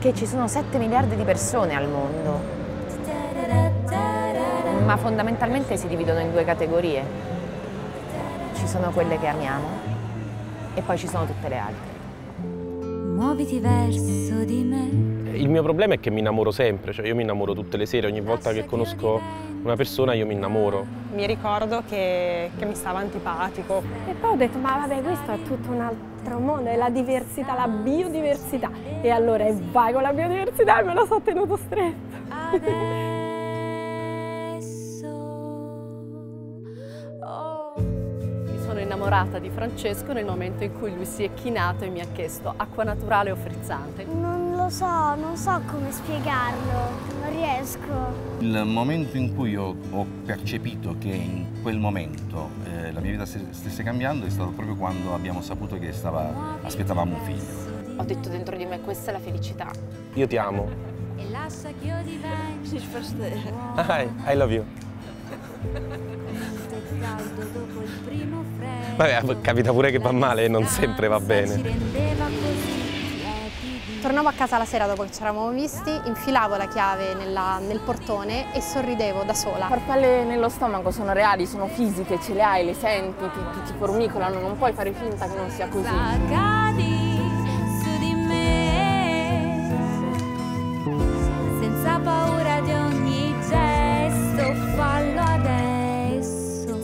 Perché ci sono 7 miliardi di persone al mondo, ma fondamentalmente si dividono in due categorie. Ci sono quelle che amiamo e poi ci sono tutte le altre. Muoviti verso di me. Il mio problema è che mi innamoro sempre, cioè io mi innamoro tutte le sere, ogni volta che conosco una persona io mi innamoro. Mi ricordo che mi stava antipatico. E poi ho detto, ma vabbè, questo è tutto un altro mondo, è la diversità, la biodiversità. E allora vai con la biodiversità e me lo so tenuto stretto. Mi sono innamorata di Francesco nel momento in cui lui si è chinato e mi ha chiesto acqua naturale o frizzante. Non lo so, non so come spiegarlo, non riesco. Il momento in cui ho percepito che in quel momento la mia vita stesse cambiando è stato proprio quando abbiamo saputo che aspettavamo un figlio. Ho detto dentro di me, questa è la felicità. Io ti amo. I love you. Vabbè, capita pure che va male e non sempre va bene. Tornavo a casa la sera dopo che ci eravamo visti, infilavo la chiave nel portone e sorridevo da sola. Le farfalle nello stomaco sono reali, sono fisiche, ce le hai, le senti, ti formicolano, non puoi fare finta che non sia così. Cadi su di me, senza paura di ogni gesto, fallo adesso.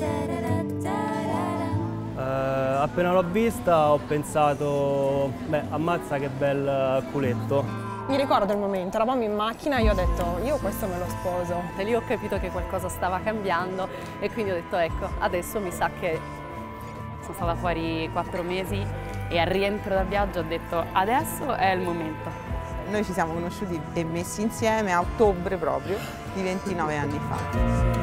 Appena l'ho vista ho pensato, beh, ammazza che bel culetto. Mi ricordo il momento, eravamo in macchina e io ho detto, io questo me lo sposo. E lì ho capito che qualcosa stava cambiando e quindi ho detto, ecco, adesso mi sa che sono stata fuori 4 mesi e al rientro dal viaggio ho detto, adesso è il momento. Noi ci siamo conosciuti e messi insieme a ottobre proprio di 29 anni fa.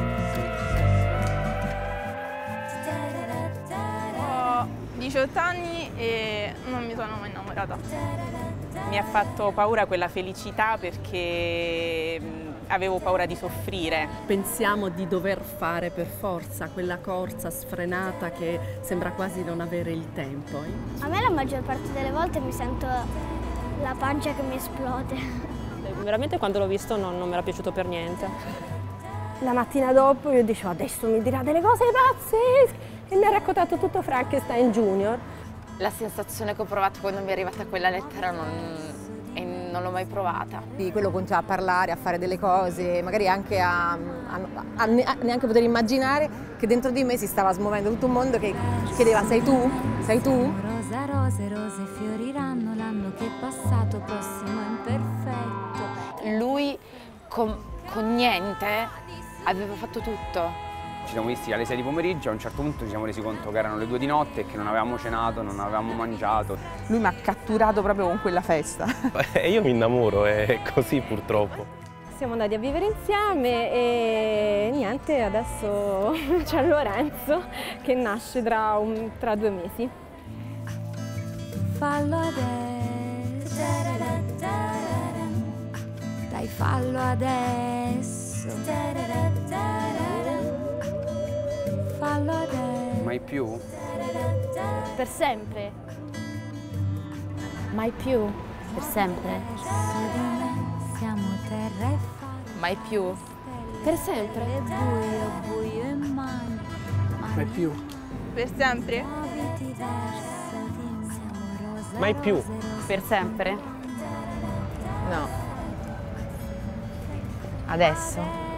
18 anni e non mi sono mai innamorata. Mi ha fatto paura quella felicità perché avevo paura di soffrire. Pensiamo di dover fare per forza quella corsa sfrenata che sembra quasi non avere il tempo. A me la maggior parte delle volte mi sento la pancia che mi esplode. Veramente quando l'ho visto non mi era piaciuto per niente. La mattina dopo io dicevo, adesso mi dirà delle cose pazzesche. E mi ha raccontato tutto Frankenstein Junior. La sensazione che ho provato quando mi è arrivata quella lettera non l'ho mai provata. Di quello continuava a parlare, a fare delle cose, magari anche a neanche poter immaginare che dentro di me si stava smuovendo tutto un mondo che chiedeva, sei tu? Sei tu? Rosa, rose fioriranno l'anno che è passato, prossimo imperfetto. Lui con niente aveva fatto tutto. Ci siamo visti alle 6 di pomeriggio, a un certo punto ci siamo resi conto che erano le 2 di notte e che non avevamo cenato, non avevamo mangiato. Lui mi ha catturato proprio con quella festa. E io mi innamoro, è così purtroppo. Siamo andati a vivere insieme e niente, adesso c'è Lorenzo che nasce tra 2 mesi. Fallo adesso, dai fallo adesso, fallo adesso. Mai più? Per sempre. Mai più. Per sempre. Siamo terra e fare. Mai più. Per sempre. Buio, buio e mani. Mai più. Per sempre? Mai più. Per sempre? No. Adesso?